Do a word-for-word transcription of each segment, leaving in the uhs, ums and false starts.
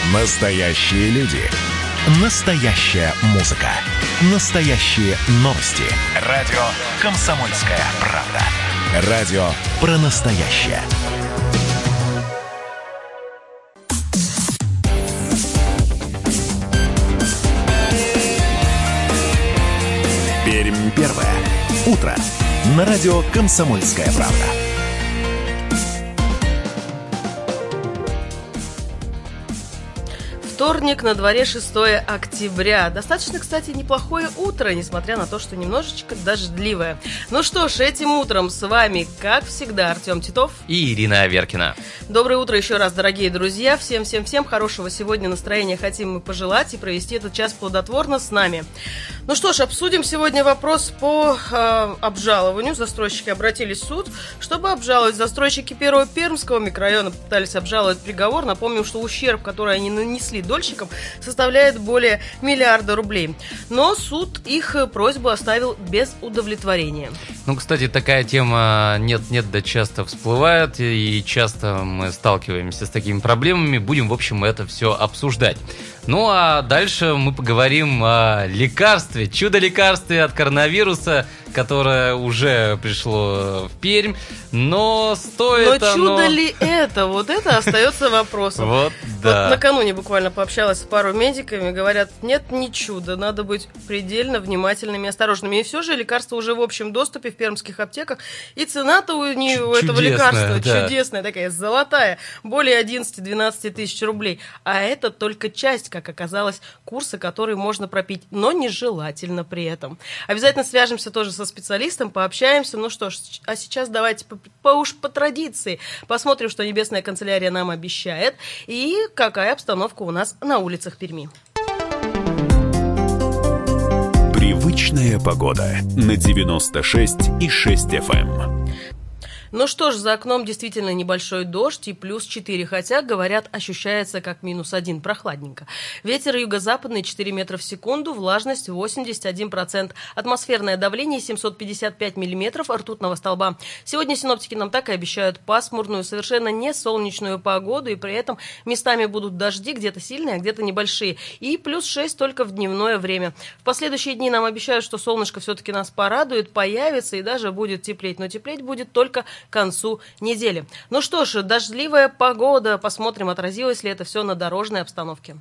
Настоящие люди. Настоящая музыка. Настоящие новости. Радио «Комсомольская правда». Радио про настоящее. Пермь первое. Утро. На радио «Комсомольская правда». Вторник, на дворе шестое октября. Достаточно, кстати, неплохое утро, несмотря на то, что немножечко дождливое. Ну что ж, этим утром с вами, как всегда, Артем Титов и Ирина Аверкина. Доброе утро еще раз, дорогие друзья. Всем-всем-всем хорошего сегодня настроения хотим мы пожелать и провести этот час плодотворно с нами. Ну что ж, обсудим сегодня вопрос по э, обжалованию. Застройщики обратились в суд, чтобы обжаловать. Застройщики первого Пермского микрорайона пытались обжаловать приговор. Напомним, что ущерб, который они нанесли дольщикам, составляет более миллиарда рублей. Но суд их просьбу оставил без удовлетворения. Ну, кстати, такая тема нет-нет, да часто всплывает, и часто мы сталкиваемся с такими проблемами. Будем, в общем, это все обсуждать. Ну, а дальше мы поговорим о лекарстве, чудо-лекарстве от коронавируса, которое уже пришло в Пермь, но стоит Но оно... чудо ли это? Вот это остается вопросом. Вот, да. Вот накануне буквально пообщалась с парой медиками, говорят, нет, не чудо, надо быть предельно внимательными и осторожными. И все же лекарство уже в общем доступе в пермских аптеках, и цена-то у, нее, у этого лекарства да. чудесная, такая золотая, более одиннадцать-двенадцать тысяч рублей. А это только часть, как оказалось, курса, который можно пропить, но нежелательно при этом. Обязательно свяжемся тоже со специалистом, пообщаемся. Ну что ж, а сейчас давайте по, по уж по традиции посмотрим, что Небесная канцелярия нам обещает и какая обстановка у нас на улицах Перми. Привычная погода на девяносто шесть и шесть эф эм. Ну что ж, за окном действительно небольшой дождь и плюс четыре, хотя, говорят, ощущается как минус один, прохладненько. Ветер юго-западный четыре метра в секунду, влажность восемьдесят один процент, атмосферное давление семьсот пятьдесят пять миллиметров ртутного столба. Сегодня синоптики нам так и обещают пасмурную, совершенно не солнечную погоду, и при этом местами будут дожди, где-то сильные, а где-то небольшие, и плюс шесть только в дневное время. В последующие дни нам обещают, что солнышко все-таки нас порадует, появится и даже будет теплеть, но теплеть будет только к концу недели. Ну что ж, дождливая погода. Посмотрим, отразилось ли это все на дорожной обстановке.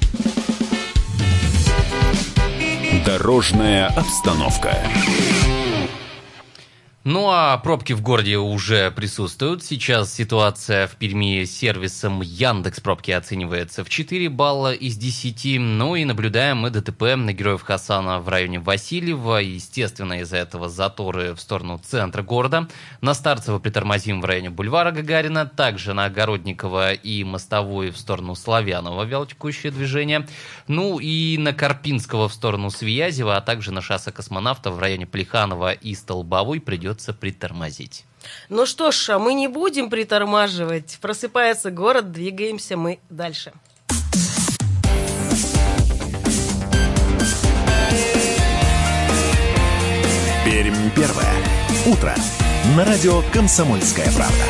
Дорожная обстановка. Ну а пробки в городе уже присутствуют. Сейчас ситуация в Перми сервисом Яндекс.Пробки оценивается в четыре балла из десяти. Ну и наблюдаем мы ДТП на Героев Хасана в районе Васильева. Естественно, из-за этого заторы в сторону центра города. На Старцево притормозим в районе бульвара Гагарина. Также на Огородникова и Мостовой в сторону Славянова вялотекущее движение. Ну и на Карпинского в сторону Свиязева, а также на шоссе Космонавтов в районе Плеханова и Столбовой придется притормозить. Ну что ж, а мы не будем притормаживать. Просыпается город, двигаемся мы дальше. Пермь первое. Утро. На радио «Комсомольская правда».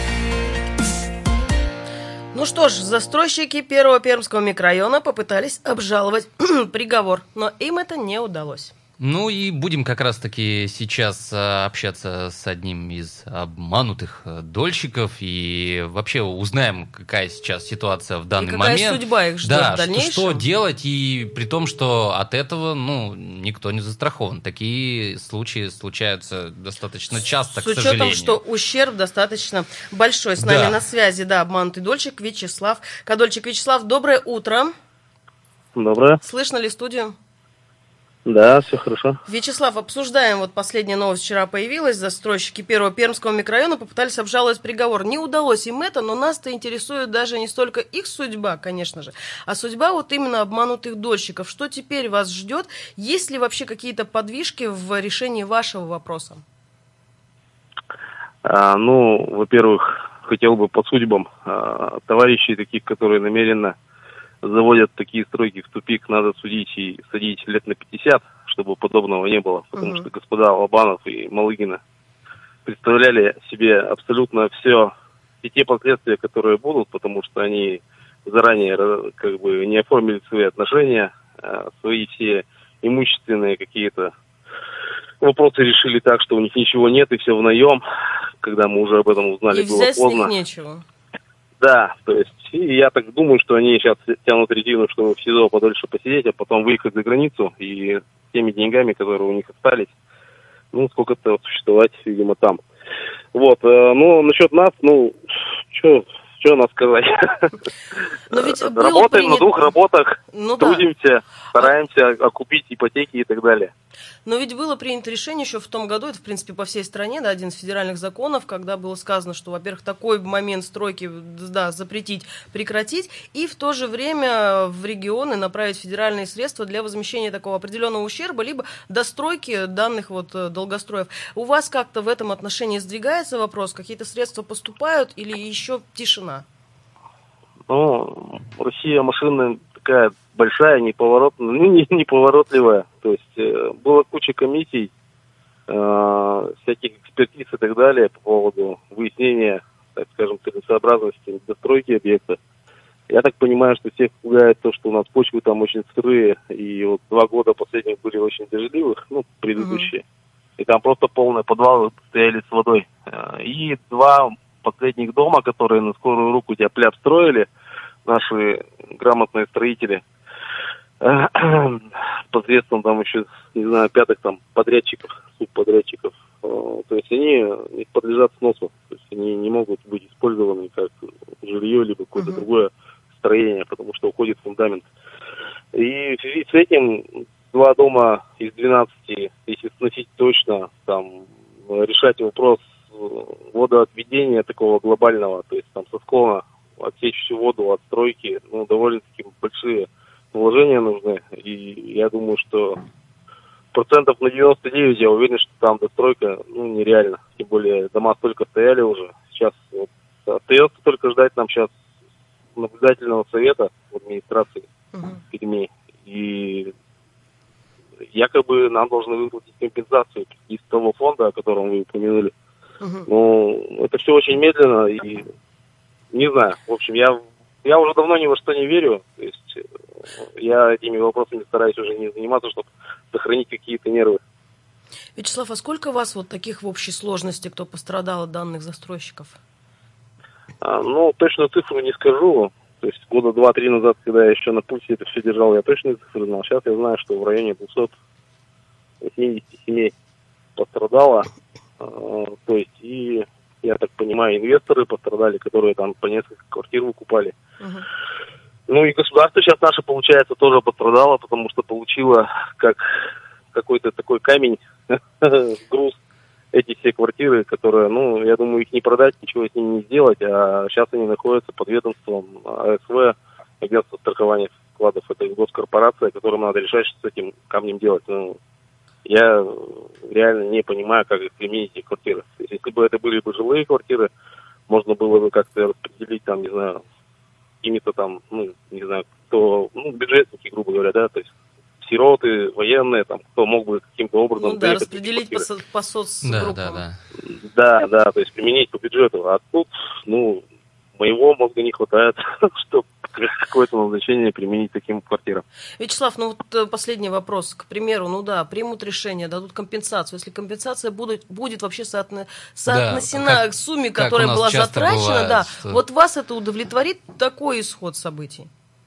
Ну что ж, застройщики первого Пермского микрорайона попытались обжаловать приговор, но им это не удалось. Ну и будем как раз-таки сейчас общаться с одним из обманутых дольщиков и вообще узнаем, какая сейчас ситуация в данный и какая момент. Судьба их ждет да, в дальнейшем. Что, что делать, и при том, что от этого ну, никто не застрахован. Такие случаи случаются достаточно часто, с к сожалению. С учетом, что ущерб достаточно большой. С да. нами на связи, да, обманутый дольщик Вячеслав Кадольчик. Вячеслав, доброе утро. Доброе. Слышно ли студию? Да, все хорошо. Вячеслав, обсуждаем, вот последняя новость вчера появилась, застройщики первого Пермского микрорайона попытались обжаловать приговор. Не удалось им это, но нас-то интересует даже не столько их судьба, конечно же, а судьба вот именно обманутых дольщиков. Что теперь вас ждет? Есть ли вообще какие-то подвижки в решении вашего вопроса? А, ну, во-первых, хотел бы по судьбам а, товарищей таких, которые намеренно заводят такие стройки в тупик, надо судить и садить лет на пятьдесят, чтобы подобного не было. Потому uh-huh. что господа Лобанов и Малыгина представляли себе абсолютно все и те последствия, которые будут, потому что они заранее как бы не оформили свои отношения, свои все имущественные какие-то вопросы решили так, что у них ничего нет и все в наем, когда мы уже об этом узнали, и было взять поздно. с них нечего. Да, то есть, и я так думаю, что они сейчас тянут резину, чтобы в СИЗО подольше посидеть, а потом выехать за границу и теми деньгами, которые у них остались, ну, сколько-то существовать, видимо, там. Вот, ну, насчет нас, ну, что... Что нам сказать? Но ведь Работаем принято... на двух работах, ну, трудимся, да. стараемся окупить ипотеки и так далее. Но ведь было принято решение еще в том году, это, в принципе, по всей стране, да, один из федеральных законов, когда было сказано, что, во-первых, такой момент стройки, да, запретить, прекратить, и в то же время в регионы направить федеральные средства для возмещения такого определенного ущерба, либо достройки данных вот долгостроев. У вас как-то в этом отношении сдвигается вопрос? Какие-то средства поступают или еще тишина? Ну, Россия машина такая большая, неповоротная, ну, не, неповоротливая. То есть э, была куча комиссий, э, всяких экспертиз и так далее по поводу выяснения, так скажем, целесообразности достройки объекта. Я так понимаю, что всех пугает то, что у нас почвы там очень сырые, и вот два года последних были очень дождливых, ну, предыдущие. Mm-hmm. И там просто полные подвалы стояли с водой. И два последних дома, которые на скорую руку тяп-ляп строили, наши грамотные строители, посредством там еще, не знаю, пятых там подрядчиков, субподрядчиков, то есть они не подлежат сносу, то есть они не могут быть использованы как жилье, либо какое-то uh-huh. другое строение, потому что уходит фундамент. И в связи с этим два дома из двенадцати, если сносить точно, там, решать вопрос водоотведения такого глобального, то есть там со склона отсечь всю воду от стройки, ну, довольно-таки большие вложения нужны. И я думаю, что процентов на девяносто девять я уверен, что там достройка, ну, нереально. Тем более дома столько стояли уже. Сейчас вот, остается только ждать нам сейчас наблюдательного совета в администрации uh-huh. Перми. И якобы нам должны выплатить компенсацию из того фонда, о котором вы упомянули. Uh-huh. Ну, это все очень медленно и не знаю. В общем, я, я уже давно ни во что не верю. То есть я этими вопросами стараюсь уже не заниматься, чтобы сохранить какие-то нервы. Вячеслав, а сколько у вас вот таких в общей сложности, кто пострадал от данных застройщиков? А, ну, точную цифру не скажу. То есть года два-три назад, когда я еще на пульсе это все держал, я точные цифры знал. Сейчас я знаю, что в районе двести восемьдесят семей пострадало. А, то есть и... Я так понимаю, инвесторы пострадали, которые там по несколько квартир выкупали. Uh-huh. Ну и государство сейчас наше, получается, тоже пострадало, потому что получило как какой-то такой камень, груз, эти все квартиры, которые, ну, я думаю, их не продать, ничего с ними не сделать, а сейчас они находятся под ведомством АСВ, агентство страхования вкладов. Это госкорпорация, которым надо решать, что с этим камнем делать. Ну, я реально не понимаю, как их применить, эти квартиры. То есть, если бы это были бы жилые квартиры, можно было бы как-то распределить, там, не знаю, какими-то там, ну, не знаю, кто, ну, бюджетники, грубо говоря, да, то есть сироты, военные, там, кто мог бы каким-то образом... Ну да, распределить по, со, по соцгруппам. Да, да, да. Да, да, то есть применить по бюджету. А тут, ну, моего мозга не хватает, чтобы какое-то назначение применить таким квартирам. Вячеслав, ну вот последний вопрос. К примеру, ну да, примут решение, дадут компенсацию. Если компенсация будет, будет вообще соотно, соотнесена да, как, к сумме, которая была затрачена, бывает, да, что... вот вас это удовлетворит такой исход событий?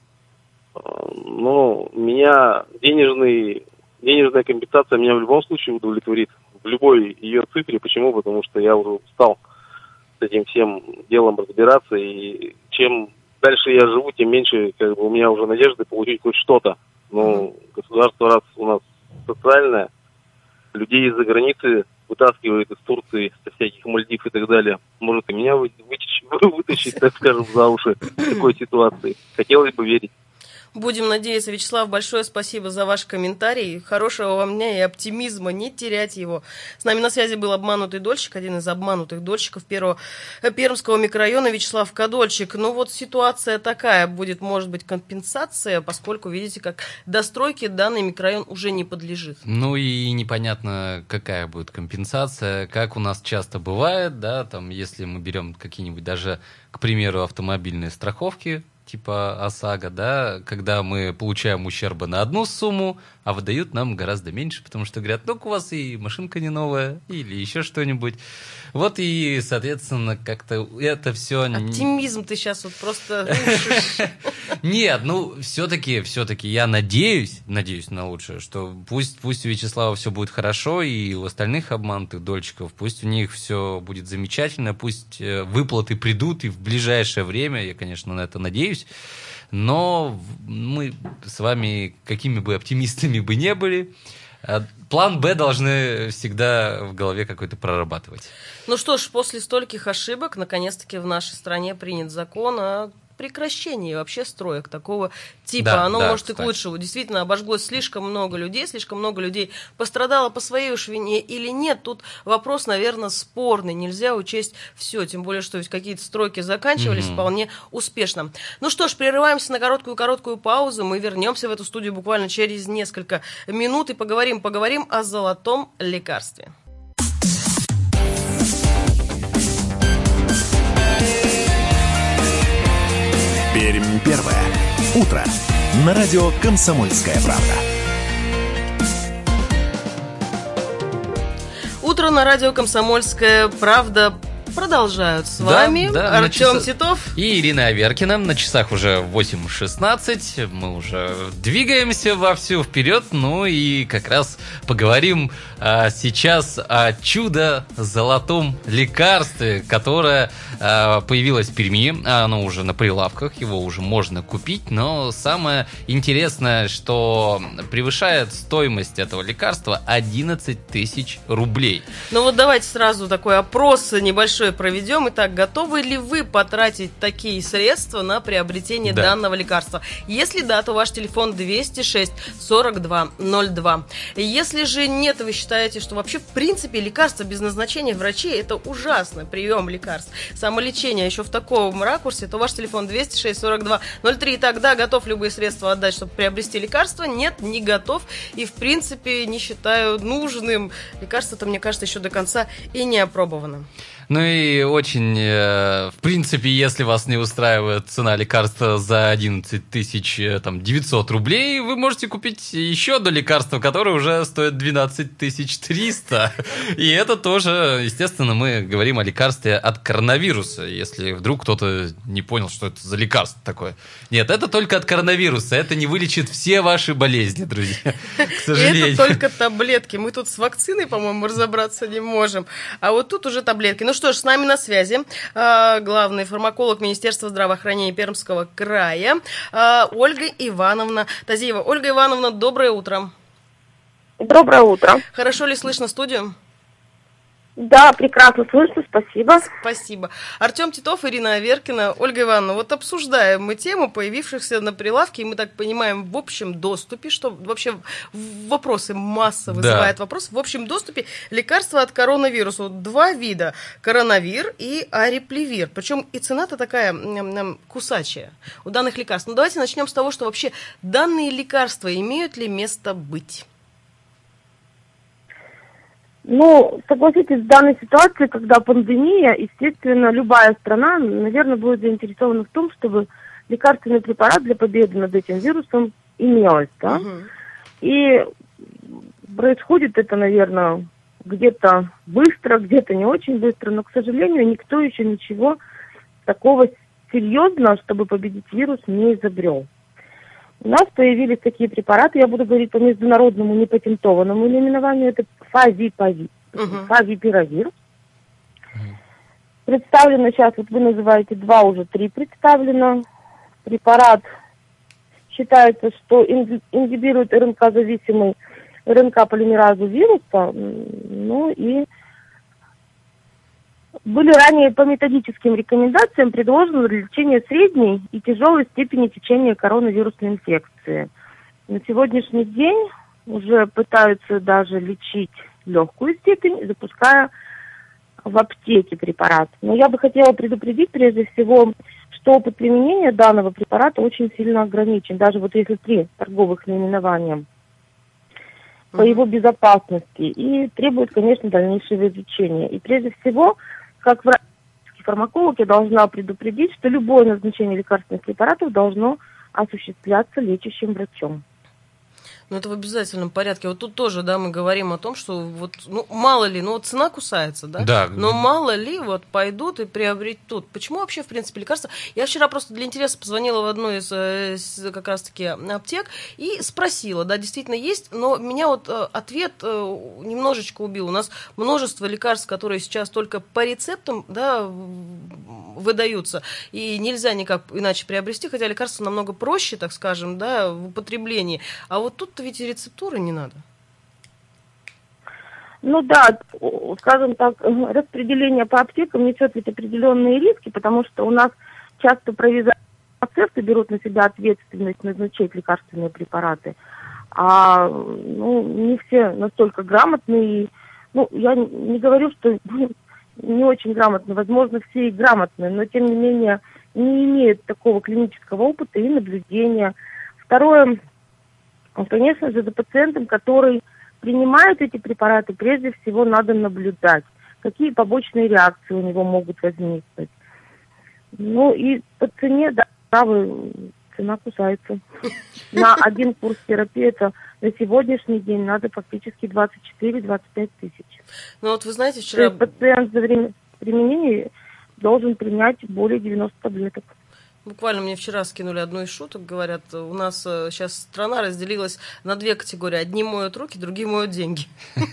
Ну, меня денежный, денежная компенсация меня в любом случае удовлетворит. В любой ее цифре. Почему? Потому что я уже устал с этим всем делом разбираться. И чем дальше я живу, тем меньше как бы, у меня уже надежды получить хоть что-то. Ну, государство, раз у нас социальное, людей из-за границы вытаскивает из Турции, со всяких Мальдив и так далее. Может и меня вытащить, вытащить, так скажем, за уши в такой ситуации. Хотелось бы верить. Будем надеяться. Вячеслав, большое спасибо за ваш комментарий. Хорошего вам дня и оптимизма, не терять его. С нами на связи был обманутый дольщик, один из обманутых дольщиков первого Пермского микрорайона Вячеслав Кадольчик. Ну вот ситуация такая, будет, может быть, компенсация, поскольку, видите, как достройке данный микрорайон уже не подлежит. Ну и непонятно, какая будет компенсация, как у нас часто бывает, да, там, если мы берем какие-нибудь даже, к примеру, автомобильные страховки, типа ОСАГО, да, когда мы получаем ущерба на одну сумму, а выдают нам гораздо меньше, потому что говорят, ну, у вас и машинка не новая, или еще что-нибудь. Вот и, соответственно, как-то это все... Оптимизм ты сейчас вот просто... Нет, ну, все-таки, все-таки я надеюсь, надеюсь на лучшее, что пусть, пусть у Вячеслава все будет хорошо, и у остальных обманутых дольщиков, пусть у них все будет замечательно, пусть выплаты придут, и в ближайшее время, я, конечно, на это надеюсь, но мы с вами, какими бы оптимистами бы не были, план Б должны всегда в голове какой-то прорабатывать. Ну что ж, после стольких ошибок, наконец-таки в нашей стране принят закон о прекращении вообще строек такого типа. Да, Оно да, может кстати. и к лучшему. Действительно, обожглось слишком много людей, слишком много людей пострадало по своей уж вине или нет. Тут вопрос, наверное, спорный. Нельзя учесть все, тем более, что ведь какие-то стройки заканчивались mm-hmm. вполне успешно. Ну что ж, прерываемся на короткую-короткую паузу. Мы вернемся в эту студию буквально через несколько минут и поговорим, поговорим о золотом лекарстве. Пермь первое. Утро. На радио «Комсомольская правда». Утро на радио «Комсомольская правда» продолжают с да, вами да, Артем часах... Титов и Ирина Аверкина. На часах уже восемь шестнадцать. Мы уже двигаемся вовсю вперед. Ну и как раз поговорим а, сейчас о чудо-золотом лекарстве, которое а, появилось в Перми. Оно уже на прилавках, его уже можно купить. Но самое интересное, что превышает стоимость этого лекарства одиннадцать тысяч рублей. Ну вот давайте сразу такой опрос небольшой проведем. Итак, готовы ли вы потратить такие средства на приобретение да. данного лекарства? Если да, то ваш телефон двести шесть сорок два ноль два. Если же нет, вы считаете, что вообще в принципе лекарства без назначения врачей это ужасно, прием лекарств, самолечение еще в таком ракурсе, то ваш телефон двести шесть сорок два ноль три. Тогда готов любые средства отдать, чтобы приобрести лекарство? Нет, не готов. И в принципе не считаю нужным. Лекарство-то, мне кажется, еще до конца и не опробовано. Ну и очень, э, в принципе, если вас не устраивает цена лекарства за одиннадцать тысяч девятьсот рублей, вы можете купить еще одно лекарство, которое уже стоит двенадцать тысяч триста. И это тоже, естественно, мы говорим о лекарстве от коронавируса, если вдруг кто-то не понял, что это за лекарство такое. Нет, это только от коронавируса, это не вылечит все ваши болезни, друзья, к сожалению. И это только таблетки. Мы тут с вакциной, по-моему, разобраться не можем. А вот тут уже таблетки. Ну что ж, с нами на связи э, главный фармаколог Министерства здравоохранения Пермского края э, Ольга Ивановна Тазиева. Ольга Ивановна, доброе утро. Доброе утро. Хорошо ли слышно студию? Да, прекрасно слышно, спасибо. Спасибо. Артем Титов, Ирина Аверкина. Ольга Ивановна, вот обсуждаем мы тему появившихся на прилавке, и мы так понимаем, в общем доступе, что вообще вопросы масса вызывает да. вопрос, в общем доступе лекарства от коронавируса. Вот два вида, коронавир и ареплевир. Причем и цена-то такая м-м, кусачая у данных лекарств. Ну давайте начнем с того, что вообще данные лекарства имеют ли место быть? Ну, согласитесь, в данной ситуации, когда пандемия, естественно, любая страна, наверное, будет заинтересована в том, чтобы лекарственный препарат для победы над этим вирусом имелось, да? Угу. И происходит это, наверное, где-то быстро, где-то не очень быстро, но, к сожалению, никто еще ничего такого серьезного, чтобы победить вирус, не изобрел. У нас появились такие препараты, я буду говорить по международному непатентованному наименованию, это фавипивир. Uh-huh. Фавипивир. Uh-huh. Представлено сейчас, вот вы называете два, уже три представлено. Препарат считается, что ингибирует РНК-зависимый РНК-полимеразу вируса, ну и были ранее по методическим рекомендациям предложены для лечения средней и тяжелой степени течения коронавирусной инфекции. На сегодняшний день уже пытаются даже лечить легкую степень, запуская в аптеке препарат. Но я бы хотела предупредить прежде всего, что опыт применения данного препарата очень сильно ограничен, даже вот если три торговых наименования по его безопасности, и требует, конечно, дальнейшего изучения. И прежде всего, как врач фармаколог, я должна предупредить, что любое назначение лекарственных препаратов должно осуществляться лечащим врачом. Ну, это в обязательном порядке. Вот тут тоже, да, мы говорим о том, что вот, ну, мало ли, ну, вот цена кусается, да? Да. Но мало ли, вот, пойдут и приобретут. Почему вообще, в принципе, лекарства? Я вчера просто для интереса позвонила в одну из, из как раз-таки аптек и спросила, да, действительно есть, но меня вот ответ немножечко убил. У нас множество лекарств, которые сейчас только по рецептам, да, выдаются, и нельзя никак иначе приобрести, хотя лекарства намного проще, так скажем, да, в употреблении. А вот тут ведь и рецептуры не надо. Ну да, скажем так, распределение по аптекам несет ведь определенные риски, потому что у нас часто провизоры фармацевты берут на себя ответственность назначать лекарственные препараты, а ну, не все настолько грамотные. Ну, я не говорю, что не очень грамотные, возможно, все и грамотные, но тем не менее не имеют такого клинического опыта и наблюдения. Второе, конечно же, за пациентом, который принимает эти препараты, прежде всего надо наблюдать, какие побочные реакции у него могут возникнуть. Ну и по цене, да, правы, цена кусается. На один курс терапии это на сегодняшний день надо фактически двадцать четыре - двадцать пять тысяч. Ну вот вы знаете, вчера... То есть пациент за время применения должен принять более девяноста таблеток. Буквально мне вчера скинули одну из шуток, говорят, у нас сейчас страна разделилась на две категории. Одни моют руки, другие моют деньги.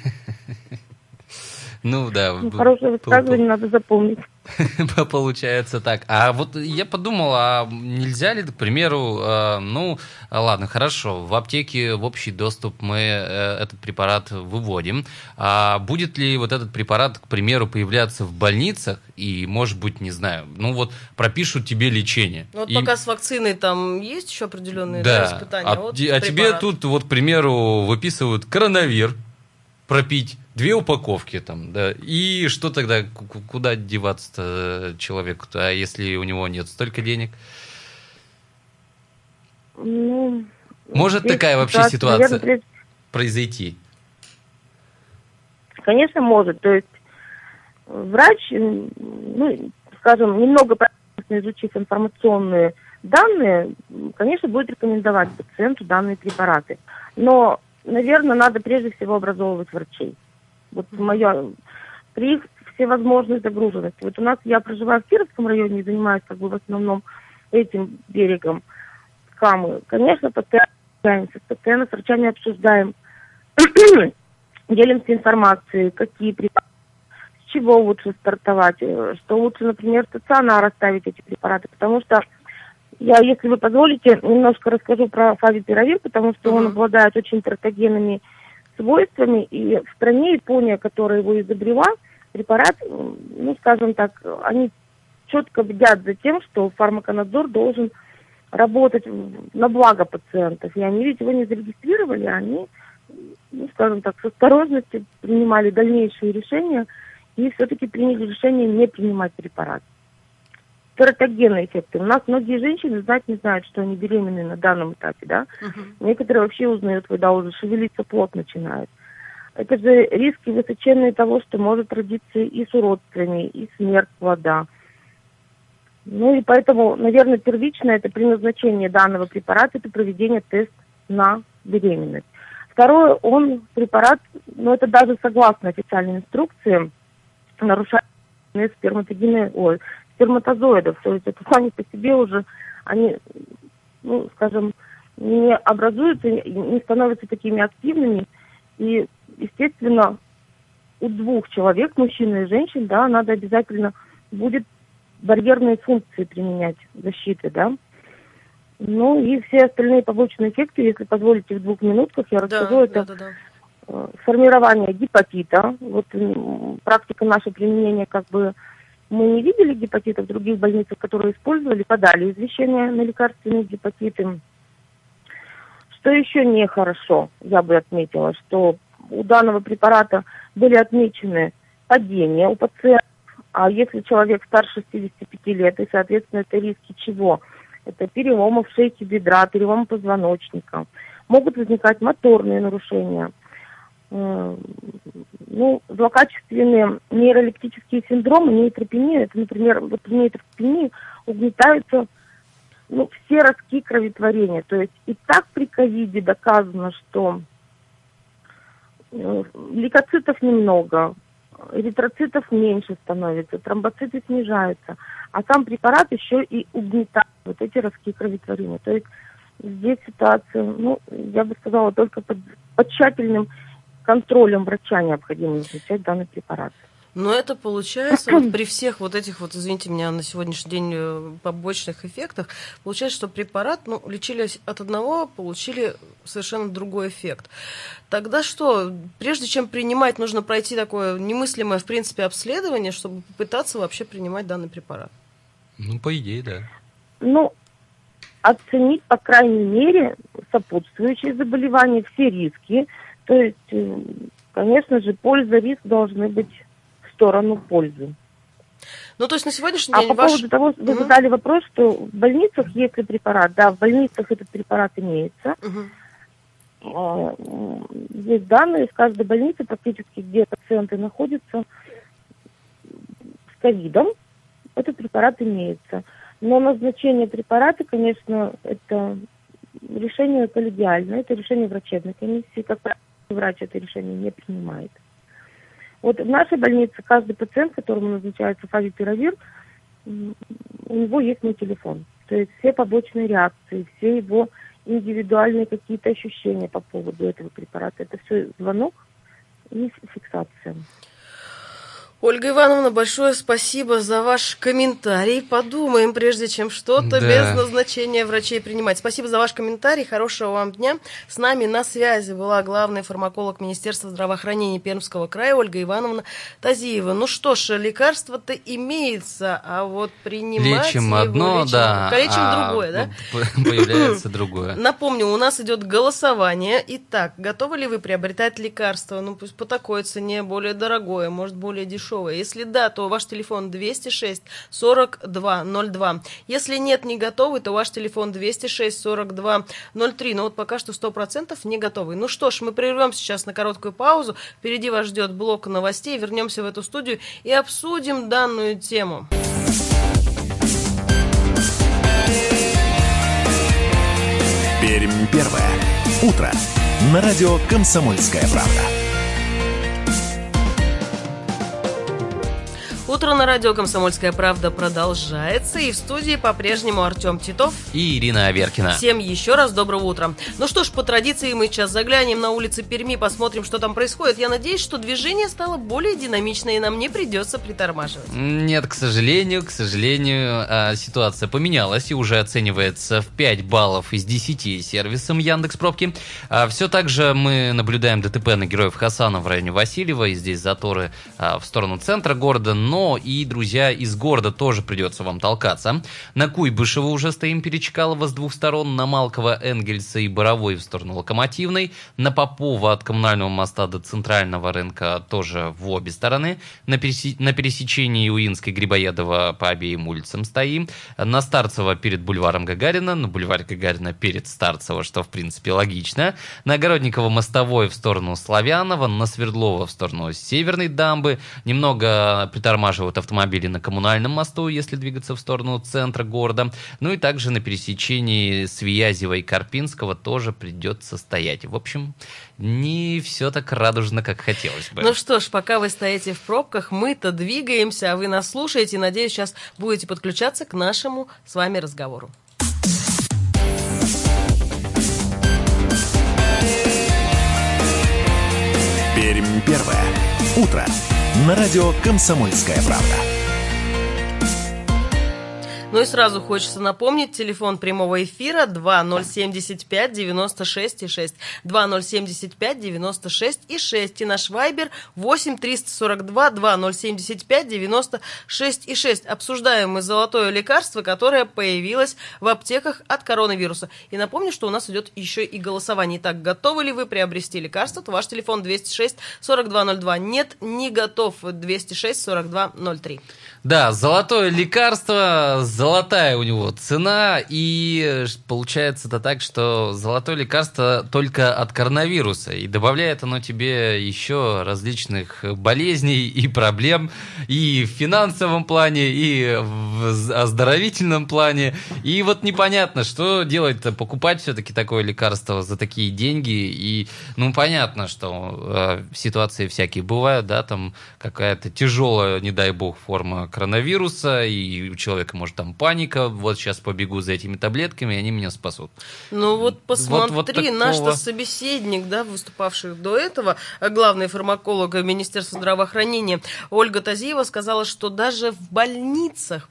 Ну да. Хорошее высказывание надо запомнить. Получается так. А вот я подумал, а нельзя ли, к примеру, э, ну, ладно, хорошо, в аптеке в общий доступ мы э, этот препарат выводим. А будет ли вот этот препарат, к примеру, появляться в больницах и, может быть, не знаю, ну вот пропишут тебе лечение? Ну вот и... пока с вакциной там есть еще определенные да. да, испытания. А, вот а тебе тут, вот, к примеру, выписывают коронавир, пропить две упаковки там, да, и что тогда, куда деваться человеку-то, а если у него нет столько денег? Ну, может такая вообще ситуация, наверное, прежде... произойти? Конечно, может. То есть врач, ну, скажем, немного изучив информационные данные, конечно, будет рекомендовать пациенту данные препараты. Но, наверное, надо прежде всего образовывать врачей. Вот моя, при их всевозможной загруженности. Вот у нас, я проживаю в Кировском районе и занимаюсь как бы в основном этим берегом Камы. Конечно, постоянно общаемся, постоянно с врачами обсуждаем, делимся информацией, какие препараты, с чего лучше стартовать, что лучше, например, стационар оставить эти препараты, потому что я, если вы позволите, немножко расскажу про фавипиравир, потому что uh-huh. он обладает очень тератогенными свойствами, и в стране Япония, которая его изобрела, препарат, ну, скажем так, они четко бдят за тем, что фармаконадзор должен работать на благо пациентов. И они ведь его не зарегистрировали, они, ну, скажем так, с осторожностью принимали дальнейшие решения и все-таки приняли решение не принимать препарат. Тератогенные эффекты. У нас многие женщины знать не знают, что они беременны на данном этапе, да. Uh-huh. Некоторые вообще узнают, когда уже шевелиться плод начинает. Это же риски высоченные того, что может родиться и с уродствами, и смерть плода. Ну и поэтому, наверное, первичное это при назначении данного препарата, это проведение теста на беременность. Второе, он препарат, ну это даже согласно официальной инструкции, нарушает сперматогены, ой, сперматозоидов, то есть это сами по себе уже, они, ну, скажем, не образуются, не становятся такими активными, и, естественно, у двух человек, мужчины и женщин, да, надо обязательно будет барьерные функции применять защиты, да. Ну и все остальные побочные эффекты, если позволите, в двух минутках я расскажу, да, это да, да, да. формирование гепатита. Вот практика наше применения, как бы, мы не видели гепатита в других больницах, которые использовали, подали извещение на лекарственные гепатиты. Что еще нехорошо, я бы отметила, что у данного препарата были отмечены падения у пациентов, а если человек старше шестидесяти пяти лет, и, соответственно, это риски чего? Это переломов шейки бедра, перелом позвоночника. Могут возникать моторные нарушения. э, ну, злокачественные нейролептические синдромы, нейтропения, это, например, вот в нейтропении угнетаются ну, все ростки кроветворения. То есть и так при ковиде доказано, что э, лейкоцитов немного, эритроцитов меньше становится, тромбоциты снижаются, а сам препарат еще и угнетает вот эти ростки кроветворения. То есть здесь ситуация, ну, я бы сказала, только под, под тщательным контролем врача необходимо назначать данный препарат. Но это получается вот при всех вот этих вот, извините меня, на сегодняшний день побочных эффектах, получается, что препарат, ну, лечились от одного, получили совершенно другой эффект. Тогда что, прежде чем принимать, нужно пройти такое немыслимое, в принципе, обследование, чтобы попытаться вообще принимать данный препарат? Ну, по идее, да. Ну, оценить, по крайней мере, сопутствующие заболевания, все риски. То есть, конечно же, польза, риск должны быть в сторону пользы. Ну, то есть на сегодняшний а день по ваш... поводу того, что вы угу. задали вопрос, что в больницах есть ли препарат, да, в больницах этот препарат имеется. Угу. Есть данные из каждой больницы, практически, где пациенты находятся с ковидом, этот препарат имеется. Но назначение препарата, конечно, это решение коллегиальное, это решение врачебной комиссии, как правило, врач это решение не принимает. Вот в нашей больнице каждый пациент, которому назначается фавипиравир, у него есть мой телефон. То есть все побочные реакции, все его индивидуальные какие-то ощущения по поводу этого препарата, это все звонок и фиксация. Ольга Ивановна, большое спасибо за ваш комментарий. Подумаем, прежде чем что-то Да. без назначения врачей принимать. Спасибо за ваш комментарий. Хорошего вам дня. С нами на связи была главный фармаколог Министерства здравоохранения Пермского края Ольга Ивановна Тазиева. Ну что ж, лекарство-то имеется, а вот принимать Лечим его... одно, лечим, да, лечим а другое, да? Появляется другое. Напомню, у нас идет голосование. Итак, готовы ли вы приобретать лекарство? Ну, пусть по такой цене, более дорогое, может, более дешевое. Если да, то ваш телефон двести шесть сорок два ноль два. Если нет, не готовы, то ваш телефон двести шесть сорок два ноль три. Но вот пока что сто процентов не готовы. Ну что ж, мы прервем сейчас на короткую паузу. Впереди вас ждет блок новостей. Вернемся в эту студию и обсудим данную тему. Пермь первое. Утро. На радио «Комсомольская правда». Утро на радио «Комсомольская правда» продолжается, и в студии по-прежнему Артем Титов и Ирина Аверкина. Всем еще раз доброго утра. Ну что ж, по традиции мы сейчас заглянем на улицы Перми, посмотрим, что там происходит. Я надеюсь, что движение стало более динамичное, и нам не придется притормаживать. Нет, к сожалению, к сожалению, ситуация поменялась и уже оценивается в пять баллов из десяти сервисом Яндекс.Пробки. Все так же мы наблюдаем ДТП на Героев Хасана в районе Васильева, и здесь заторы в сторону центра города, но и, друзья, из города тоже придется вам толкаться. На Куйбышева уже стоим перед Чкалова с двух сторон, на Малкова, Энгельса и Боровой в сторону Локомотивной, на Попова от Коммунального моста до Центрального рынка тоже в обе стороны, на, переси... на пересечении Уинской Грибоедова по обеим улицам стоим, на Старцево перед бульваром Гагарина, на бульваре Гагарина перед Старцево, что в принципе логично, на Огородниково мостовой в сторону Славянова, на Свердлова в сторону Северной дамбы, немного притормаживают автомобили на Коммунальном мосту, если двигаться в сторону центра города. Ну и также на пересечении Свиязева и Карпинского тоже придется стоять. В общем, не все так радужно, как хотелось бы. Ну что ж, пока вы стоите в пробках, мы-то двигаемся, а вы нас слушаете. Надеюсь, сейчас будете подключаться к нашему с вами разговору. Пермь первое. Утро. На радио «Комсомольская правда». Ну и сразу хочется напомнить, телефон прямого эфира два ноль семь пять девяносто шесть шесть, два ноль семь пять девяносто шесть шесть, и наш вайбер восемь триста сорок два два ноль семь пять девяносто шесть шесть. Обсуждаем мы золотое лекарство, которое появилось в аптеках от коронавируса. И напомню, что у нас идет еще и голосование. Итак, готовы ли вы приобрести лекарство? То ваш телефон двести шесть сорок два ноль два. Нет, не готов. двести шесть сорок два ноль три. Да, золотое лекарство, золотая у него цена, и получается-то так, что золотое лекарство только от коронавируса, и добавляет оно тебе еще различных болезней и проблем и в финансовом плане, и в оздоровительном плане, и вот непонятно, что делать-то, покупать все-таки такое лекарство за такие деньги, и, ну, понятно, что э, ситуации всякие бывают, да, там какая-то тяжелая, не дай бог, форма коронавируса, и у человека может там паника, вот сейчас побегу за этими таблетками, и они меня спасут. Ну вот посмотри, вот, вот такого... наш-то собеседник, да, выступавший до этого, главный фармаколог Министерства здравоохранения Ольга Тазиева сказала, что даже в больницах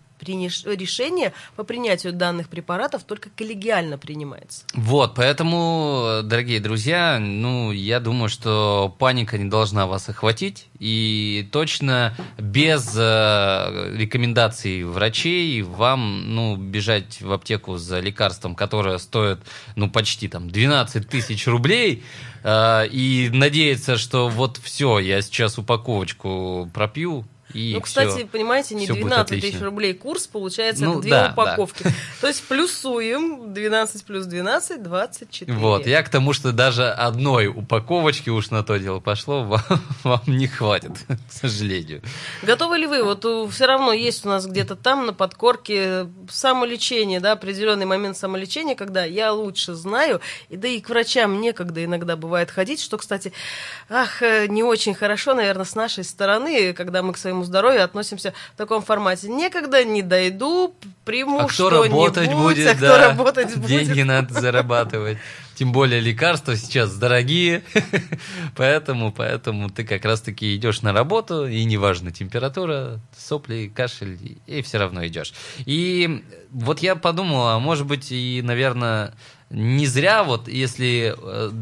решение по принятию данных препаратов только коллегиально принимается. Вот, поэтому, дорогие друзья, ну, я думаю, что паника не должна вас охватить, и точно без э, рекомендаций врачей вам, ну, бежать в аптеку за лекарством, которое стоит, ну, почти там двенадцать тысяч рублей, э, и надеяться, что вот все, я сейчас упаковочку пропью. И ну, кстати, все, понимаете, не двенадцать тысяч рублей курс, получается, ну, это две да, упаковки. Да. То есть плюсуем двенадцать плюс двенадцать, двадцать четыре. Вот, я к тому, что даже одной упаковочки уж на то дело пошло, вам, вам не хватит, к сожалению. Готовы ли вы? Вот все равно есть у нас где-то там на подкорке самолечение, да, определенный момент самолечения, когда я лучше знаю, и да и к врачам некогда иногда бывает ходить, что, кстати, ах, не очень хорошо, наверное, с нашей стороны, когда мы к своему здоровью относимся в таком формате. Некогда, не дойду, приму а кто что-нибудь, работать будет, а да, кто работать будет. Деньги надо зарабатывать. Тем более лекарства сейчас дорогие, поэтому, поэтому ты как раз-таки идешь на работу, и неважно температура, сопли, кашель, и все равно идешь. И вот я подумал, а может быть и, наверное, не зря, вот если э,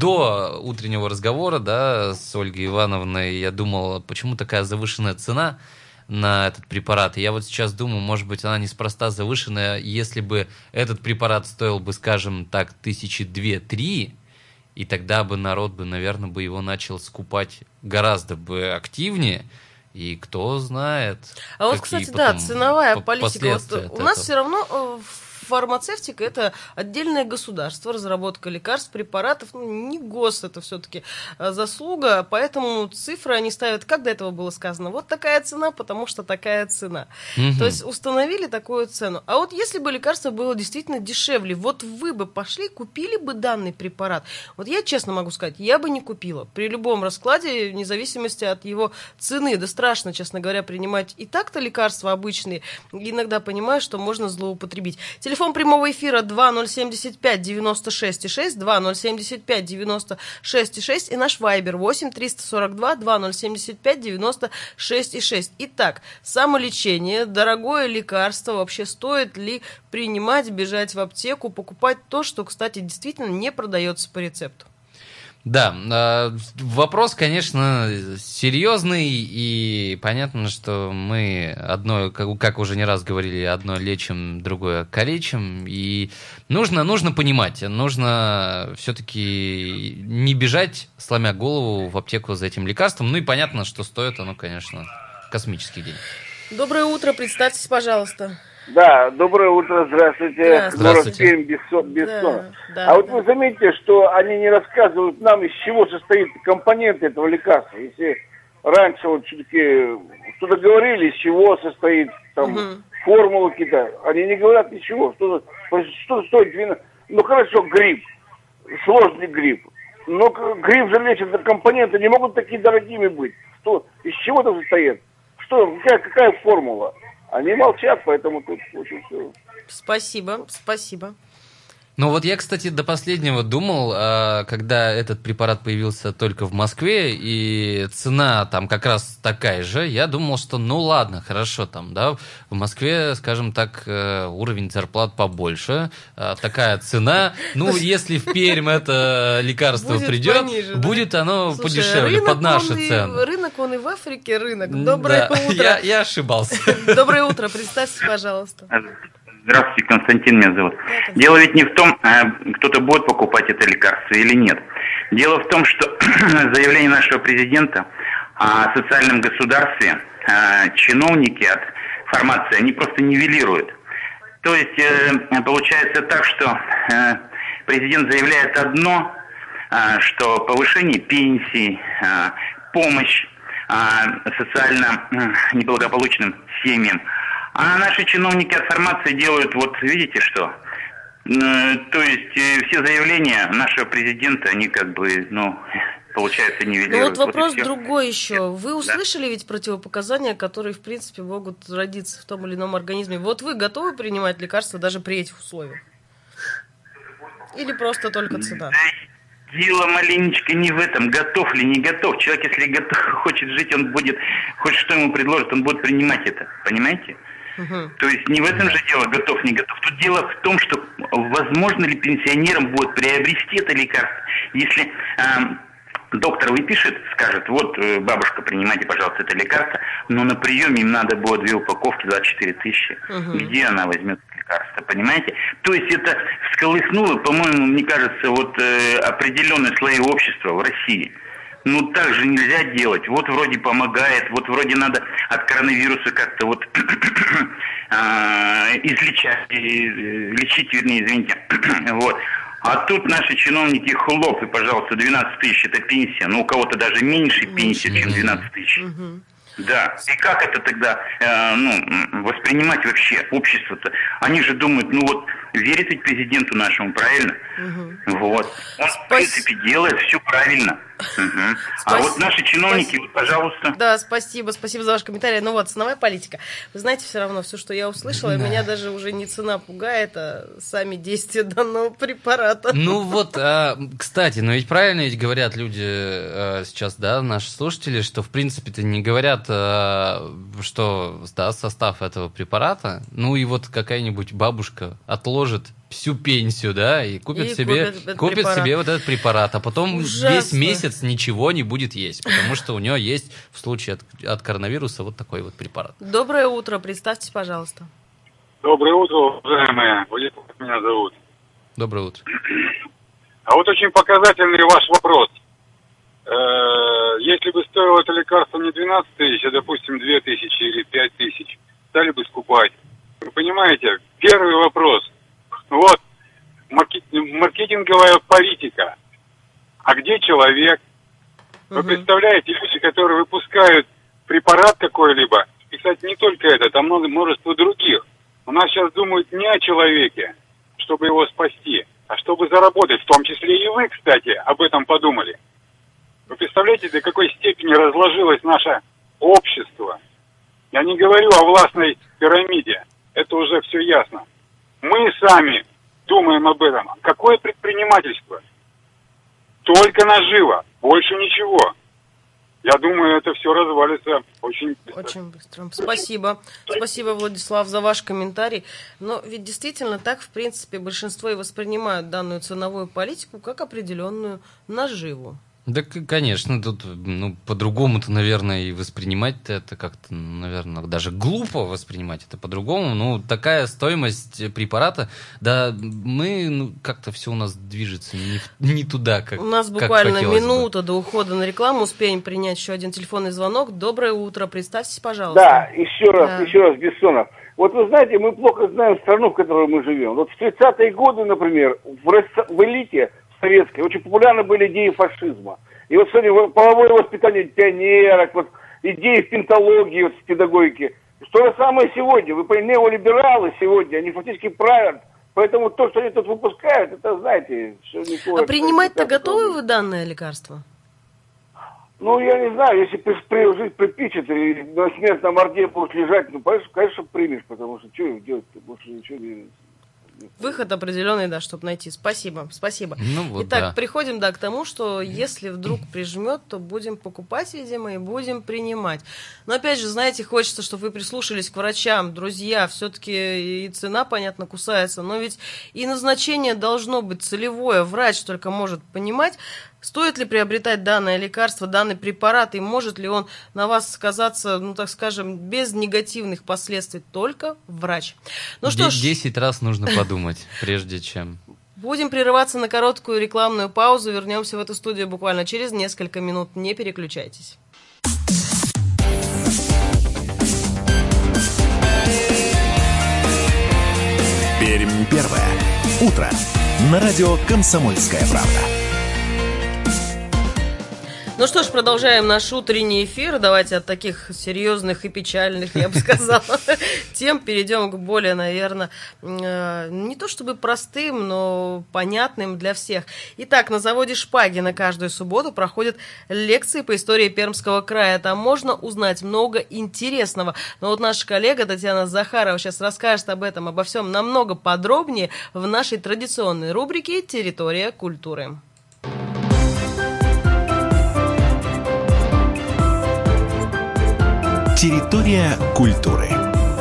до утреннего разговора, да, с Ольгой Ивановной я думал, почему такая завышенная цена на этот препарат. И я вот сейчас думаю, может быть, она неспроста завышенная, если бы этот препарат стоил бы, скажем так, тысячи две-три, и тогда бы народ бы, наверное, бы его начал скупать гораздо бы активнее. И кто знает. А вот, кстати, да, ценовая политика. Вот у нас все равно фармацевтика – это отдельное государство, разработка лекарств, препаратов, ну, не гос, это все-таки заслуга, поэтому цифры они ставят, как до этого было сказано, вот такая цена, потому что такая цена. Угу. То есть установили такую цену. А вот если бы лекарство было действительно дешевле, вот вы бы пошли, купили бы данный препарат. Вот я честно могу сказать, я бы не купила. При любом раскладе, вне зависимости от его цены, да страшно, честно говоря, принимать и так-то лекарства обычные, иногда понимаю, что можно злоупотребить. Телефон прямого эфира два ноль семь пять девяносто шесть шесть, два ноль семь пять девяносто шесть шесть и наш вайбер восемь триста сорок два два ноль семь пять девяносто шесть шесть. Итак, самолечение, дорогое лекарство, вообще стоит ли принимать, бежать в аптеку, покупать то, что, кстати, действительно не продается по рецепту? Да, вопрос, конечно, серьезный, и понятно, что мы одно, как уже не раз говорили, одно лечим, другое калечим, и нужно, нужно понимать, нужно все-таки не бежать, сломя голову, в аптеку за этим лекарством, ну и понятно, что стоит оно, конечно, космический день. Доброе утро, представьтесь, пожалуйста. Да, доброе утро, здравствуйте. Здравствуйте. Пермь, Бессон, Бессон. Да, да, а вот да. вы заметите, что они не рассказывают нам, из чего состоит компоненты этого лекарства. Если раньше вот все-таки что-то говорили, из чего состоит, там, угу. формулы какие-то, они не говорят ничего. Что, что стоит двенадцать... Ну хорошо, грипп, сложный грипп. Но грипп же лечит, компоненты не могут такие дорогими быть. Что, из чего это состоит? Что, какая, какая формула? Они молчат, поэтому тут очень все. Спасибо, спасибо. Ну вот я, кстати, до последнего думал, когда этот препарат появился только в Москве, и цена там как раз такая же, я думал, что ну ладно, хорошо, там, да, в Москве, скажем так, уровень зарплат побольше, такая цена, ну если в Пермь это лекарство будет придет, пониже, будет да? оно Слушай, подешевле, под наши и, цены. Рынок, он и в Африке рынок. Доброе да, утро. Я, я ошибался. Доброе утро, представьте, пожалуйста. Здравствуйте, Константин меня зовут. Дело ведь не в том, кто-то будет покупать это лекарство или нет. Дело в том, что заявление нашего президента о социальном государстве чиновники от фармации, они просто нивелируют. То есть э, получается так, что э, президент заявляет одно, э, что повышение пенсий, э, помощь э, социально э, неблагополучным семьям. А наши чиновники от формации делают, вот видите что? Э, то есть э, все заявления нашего президента, они как бы, ну... получается, не Ну вот вопрос вот другой еще. Вы услышали да. ведь противопоказания, которые, в принципе, могут родиться в том или ином организме. Вот вы готовы принимать лекарства даже при этих условиях? Или просто только цена? Дело маленечко не в этом, готов ли, не готов. Человек, если готов, хочет жить, он будет, хоть что ему предложат, он будет принимать это. Понимаете? Угу. То есть не в этом же дело, готов, не готов. Тут дело в том, что возможно ли пенсионерам будет приобрести это лекарство, если... Доктор выпишет, скажет, вот, бабушка, принимайте, пожалуйста, это лекарство, но на приеме им надо будет две упаковки, двадцать четыре тысячи. Угу. Где она возьмет лекарство, понимаете? То есть это всколыхнуло, по-моему, мне кажется, вот э, определенные слои общества в России. Ну, так же нельзя делать. Вот вроде помогает, вот вроде надо от коронавируса как-то вот излечать, лечить, вернее, извините, вот. А тут наши чиновники хлоп, и, пожалуйста, двенадцать тысяч это пенсия. Ну, у кого-то даже меньше пенсия, чем двенадцать тысяч. Угу. Да. И как это тогда э, ну, воспринимать вообще общество-то? Они же думают, ну вот, верит ведь президенту нашему, правильно? Угу. Вот. Он, Спас... в принципе, делает все правильно. Угу. А вот наши чиновники, вот, пожалуйста. Да, спасибо, спасибо за ваш комментарий. Ну вот, ценовая политика. Вы знаете, все равно, все, что я услышала, да. меня даже уже не цена пугает, а сами действия данного препарата. Ну вот, а, кстати, ну ведь правильно ведь говорят люди а, сейчас, да, наши слушатели, что в принципе-то не говорят, а, что да, состав этого препарата, ну и вот какая-нибудь бабушка отложит всю пенсию, да, и купит, и себе, купит, купит себе вот этот препарат, а потом Ужасно. весь месяц ничего не будет есть, потому что у нее есть в случае от, от коронавируса вот такой вот препарат. Доброе утро, представьтесь, пожалуйста. Доброе утро, уважаемые. Владимир меня зовут. Доброе утро. А вот очень показательный ваш вопрос. Если бы стоило это лекарство не двенадцать тысяч, а, допустим, две тысячи или пять тысяч, стали бы скупать. Вы понимаете, первый вопрос. Вот, маркетинговая политика. А где человек? Вы угу. представляете, люди, которые выпускают препарат какой-либо, и, кстати, не только это, там много, множество других. У нас сейчас думают не о человеке, чтобы его спасти, а чтобы заработать. В том числе и вы, кстати, об этом подумали. Вы представляете, до какой степени разложилось наше общество? Я не говорю о властной пирамиде. Это уже все ясно. Мы сами думаем об этом. Какое предпринимательство? Только наживо, больше ничего. Я думаю, это все развалится очень быстро. Очень быстро. Спасибо. Спасибо, Владислав, за ваш комментарий. Но ведь действительно так, в принципе, большинство и воспринимают данную ценовую политику как определенную наживу. Да, конечно, тут ну, по-другому-то, наверное, и воспринимать это как-то, наверное, даже глупо воспринимать это по-другому. Ну, такая стоимость препарата, да, мы, ну, как-то все у нас движется не, не туда, как У нас буквально минута бы. до ухода на рекламу. Успеем принять еще один телефонный звонок. Доброе утро, представьтесь, пожалуйста. Да, еще раз, да. еще раз, Бессонов. Вот вы знаете, мы плохо знаем страну, в которой мы живем. Вот в тридцатые годы, например, в, в элите советской очень популярны были идеи фашизма. И вот, смотри, половое воспитание пионерок, вот идеи в пентологии, вот в педагогике. То же самое сегодня. Вы понимаете, неолибералы сегодня, они фактически правят. Поэтому то, что они тут выпускают, это, знаете... Что а принимать-то готовы вы данное лекарство? Ну, я не знаю, если при, при, жизнь припичет и на смертном орде будешь лежать, ну, конечно, конечно, примешь, потому что что делать-то, больше ничего не... Выход определенный, да, чтобы найти. Спасибо, спасибо. Ну, вот Итак, да. приходим, да, к тому, что если вдруг прижмет, то будем покупать, видимо, и будем принимать. Но опять же, знаете, хочется, чтобы вы прислушались к врачам, друзья. Все-таки и цена, понятно, кусается, но ведь и назначение должно быть целевое. Врач только может понимать, стоит ли приобретать данное лекарство, данный препарат, и может ли он на вас сказаться, ну, так скажем, без негативных последствий, только врач. Ну что ж, десять раз нужно подумать, прежде чем... Будем прерываться на короткую рекламную паузу. Вернемся в эту студию буквально через несколько минут. Не переключайтесь. Пермь первое. Утро. На радио «Комсомольская правда». Ну что ж, продолжаем наш утренний эфир. Давайте от таких серьезных и печальных, я бы сказала, тем перейдем к более, наверное, не то чтобы простым, но понятным для всех. Итак, на заводе Шпагина каждую субботу проходят лекции по истории Пермского края. Там можно узнать много интересного. Но вот наша коллега Татьяна Захарова сейчас расскажет об этом, обо всем намного подробнее в нашей традиционной рубрике «Территория культуры». Территория культуры.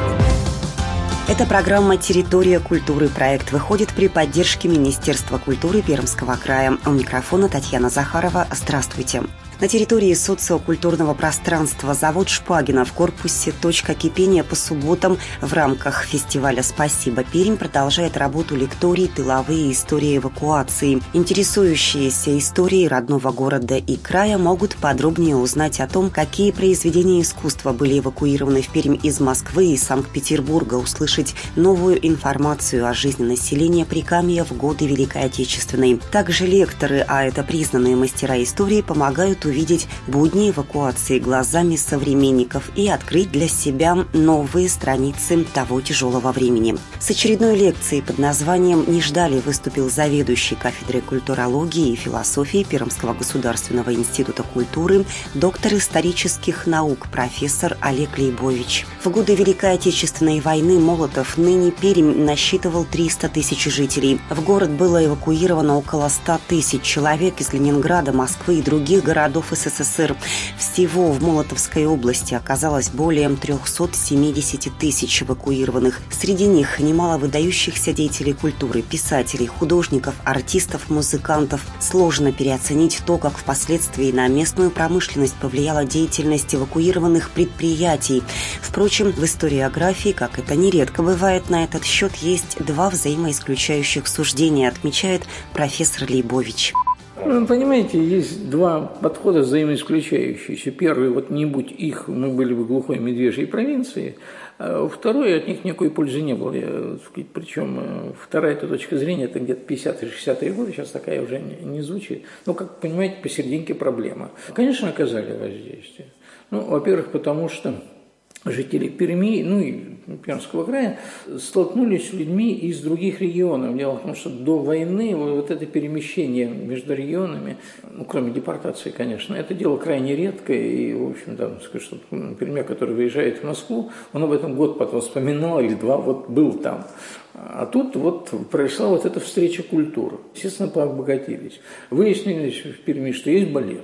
Это программа «Территория культуры». Проект выходит при поддержке Министерства культуры Пермского края. У микрофона Татьяна Захарова. Здравствуйте. На территории социокультурного пространства завод Шпагина в корпусе «Точка кипения» по субботам в рамках фестиваля «Спасибо, Пермь» продолжает работу лекторий «Тыловые истории эвакуации». Интересующиеся историей родного города и края могут подробнее узнать о том, какие произведения искусства были эвакуированы в Пермь из Москвы и Санкт-Петербурга, услышать новую информацию о жизни населения Прикамья в годы Великой Отечественной. Также лекторы, а это признанные мастера истории, помогают увидеть будни эвакуации глазами современников и открыть для себя новые страницы того тяжелого времени. С очередной лекцией под названием «Не ждали» выступил заведующий кафедрой культурологии и философии Пермского государственного института культуры, доктор исторических наук, профессор Олег Лейбович. В годы Великой Отечественной войны Молотов, ныне Пермь, насчитывал триста тысяч жителей. В город было эвакуировано около ста тысяч человек из Ленинграда, Москвы и других городов СССР. Всего в Молотовской области оказалось более трехсот семидесяти тысяч эвакуированных. Среди них немало выдающихся деятелей культуры, писателей, художников, артистов, музыкантов. Сложно переоценить то, как впоследствии на местную промышленность повлияла деятельность эвакуированных предприятий. Впрочем, в историографии, как это нередко бывает, на этот счет есть два взаимоисключающих суждения, отмечает профессор Лейбович. Понимаете, есть два подхода взаимоисключающиеся. Первый, вот не будь их, мы были бы глухой медвежьей провинции. А второй, от них никакой пользы не было. Я, сказать, причем вторая эта точка зрения, это где-то пятидесятые-шестидесятые годы, сейчас такая уже не, не звучит. Ну, как понимаете, посерединке проблема. Конечно, оказали воздействие. Ну, во-первых, потому что жители Перми, ну и Пермского края, столкнулись с людьми из других регионов. Дело в том, что до войны вот это перемещение между регионами, ну, кроме депортации, конечно, это дело крайне редкое. И, в общем, да, скажу, что пермяк, который выезжает в Москву, он об этом год потом вспоминал, или два, вот был там. А тут вот произошла вот эта встреча культур. Естественно, пообогатились. Выяснилось в Перми, что есть балет.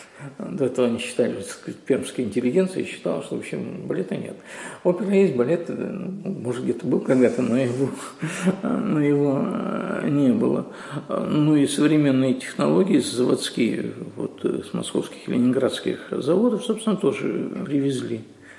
До этого они считали, так сказать, пермская интеллигенция считала, что, в общем, балета нет. Опера есть, балет, может, где-то был когда-то, но его, но его не было. Ну и современные технологии заводские, вот с московских и ленинградских заводов, собственно, тоже привезли.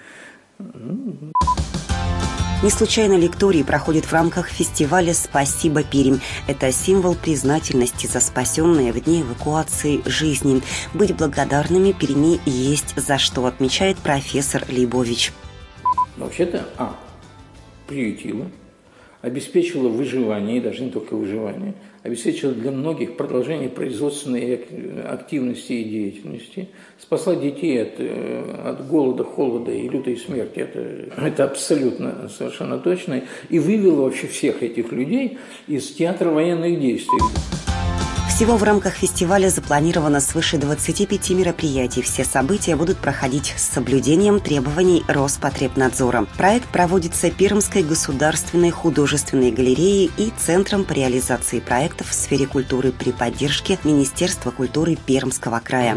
Не случайно лекторий проходит в рамках фестиваля «Спасибо, Пермь». Это символ признательности за спасенные в дни эвакуации жизни. Быть благодарными Перми есть за что, отмечает профессор Лейбович. Вообще-то, а, приютила, обеспечила выживание, и даже не только выживание, обеспечила для многих продолжение производственной активности и деятельности, спасла детей от, от голода, холода и лютой смерти, это, это абсолютно совершенно точно, и вывела вообще всех этих людей из театра военных действий. Всего в рамках фестиваля запланировано свыше двадцати пяти мероприятий. Все события будут проходить с соблюдением требований Роспотребнадзора. Проект проводится Пермской государственной художественной галереей и Центром по реализации проектов в сфере культуры при поддержке Министерства культуры Пермского края.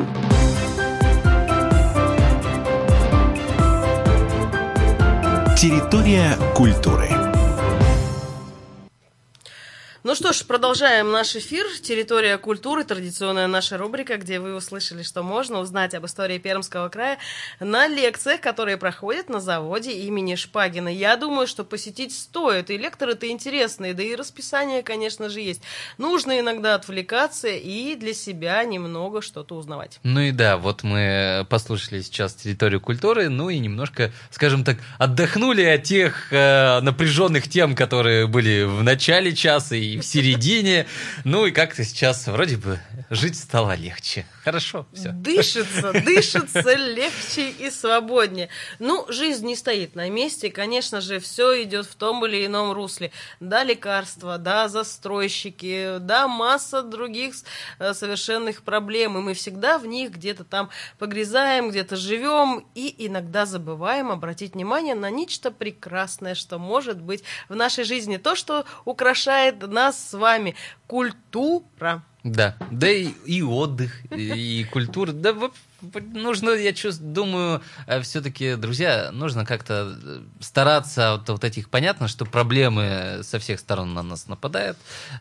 Территория культуры. Ну что ж, продолжаем наш эфир. Территория культуры, традиционная наша рубрика, где вы услышали, что можно узнать об истории Пермского края на лекциях, которые проходят на заводе имени Шпагина. Я думаю, что посетить стоит. И лекторы-то интересные, да и расписание, конечно же, есть. Нужно иногда отвлекаться и для себя немного что-то узнавать. Ну и да, вот мы послушали сейчас территорию культуры, ну и немножко, скажем так, отдохнули от тех э, напряженных тем, которые были в начале часа и в середине. Ну и как-то сейчас вроде бы жить стало легче. Хорошо, все. Дышится, дышится легче и свободнее. Ну, жизнь не стоит на месте. Конечно же, все идет в том или ином русле. Да, лекарства, да, застройщики, да, масса других совершенных проблем. И мы всегда в них где-то там погрязаем, где-то живем и иногда забываем обратить внимание на нечто прекрасное, что может быть в нашей жизни. То, что украшает нас с вами. Культура. Да, да и, и отдых, и, и культура. Да, нужно, я чувствую, думаю, все-таки, друзья, нужно как-то стараться вот, вот этих. Понятно, что проблемы со всех сторон на нас нападают,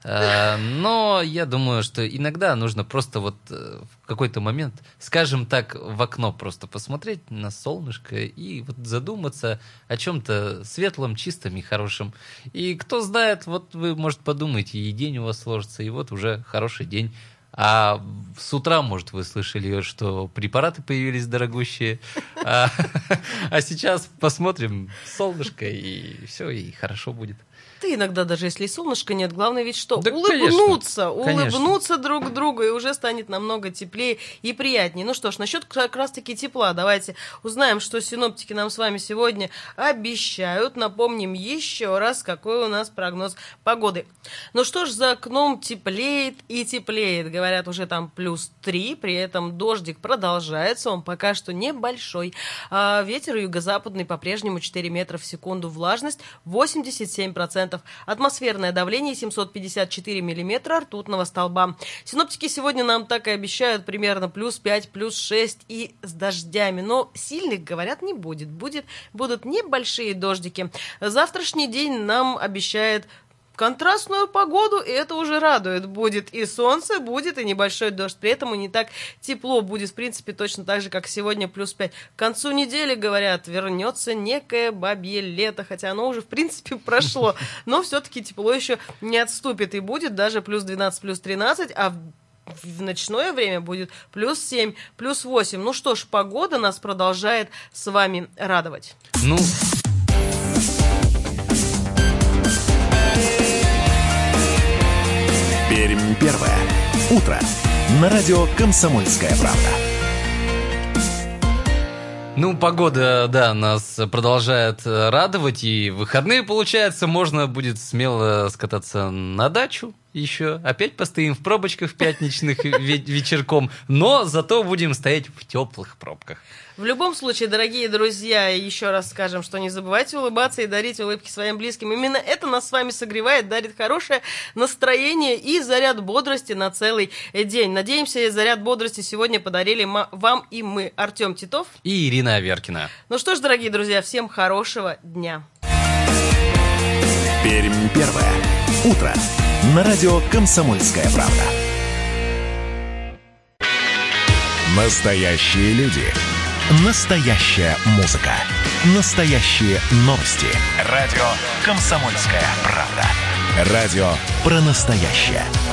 но я думаю, что иногда нужно просто вот в какой-то момент, скажем так, в окно просто посмотреть на солнышко и вот задуматься о чем-то светлом, чистом и хорошем. И кто знает, вот вы, может, подумаете, и день у вас сложится, и вот уже хороший день. А с утра, может, вы слышали, что препараты появились дорогущие. А, а сейчас посмотрим солнышко, и все, и хорошо будет. Да иногда даже если и солнышка нет, главное ведь что? Да, улыбнуться, конечно. улыбнуться друг другу, и уже станет намного теплее и приятнее. Ну что ж, насчет как раз-таки тепла, давайте узнаем, что синоптики нам с вами сегодня обещают. Напомним еще раз, какой у нас прогноз погоды. Ну что ж, за окном теплеет и теплеет. Говорят, уже там плюс три, при этом дождик продолжается, он пока что небольшой. А ветер юго-западный по-прежнему четыре метра в секунду, влажность восемьдесят семь процентов. Атмосферное давление семьсот пятьдесят четыре миллиметра ртутного столба. Синоптики сегодня нам так и обещают примерно плюс пять, плюс шесть и с дождями. Но сильных, говорят, не будет. будет. Будут небольшие дождики. Завтрашний день нам обещает контрастную погоду, и это уже радует. Будет и солнце, будет и небольшой дождь. При этом и не так тепло будет, в принципе, точно так же, как сегодня, плюс пять. К концу недели, говорят, вернется некое бабье лето, хотя оно уже, в принципе, прошло. Но все-таки тепло еще не отступит, и будет даже плюс двенадцать, плюс тринадцать, а в В ночное время будет плюс семь, плюс восемь. Ну что ж, погода нас продолжает с вами радовать. Ну... Пермь первое. Утро. На радио «Комсомольская правда». Ну, погода, да, нас продолжает радовать, и в выходные, получается, можно будет смело скататься на дачу еще. Опять постоим в пробочках пятничных вечерком, но зато будем стоять в теплых пробках. В любом случае, дорогие друзья, еще раз скажем, что не забывайте улыбаться и дарить улыбки своим близким. Именно это нас с вами согревает, дарит хорошее настроение и заряд бодрости на целый день. Надеемся, заряд бодрости сегодня подарили вам и мы, Артем Титов и Ирина Аверкина. Ну что ж, дорогие друзья, всем хорошего дня. Пермь первое. Утро. На радио «Комсомольская правда». Настоящие люди. Настоящая музыка. Настоящие новости. Радио «Комсомольская правда». Радио про настоящее.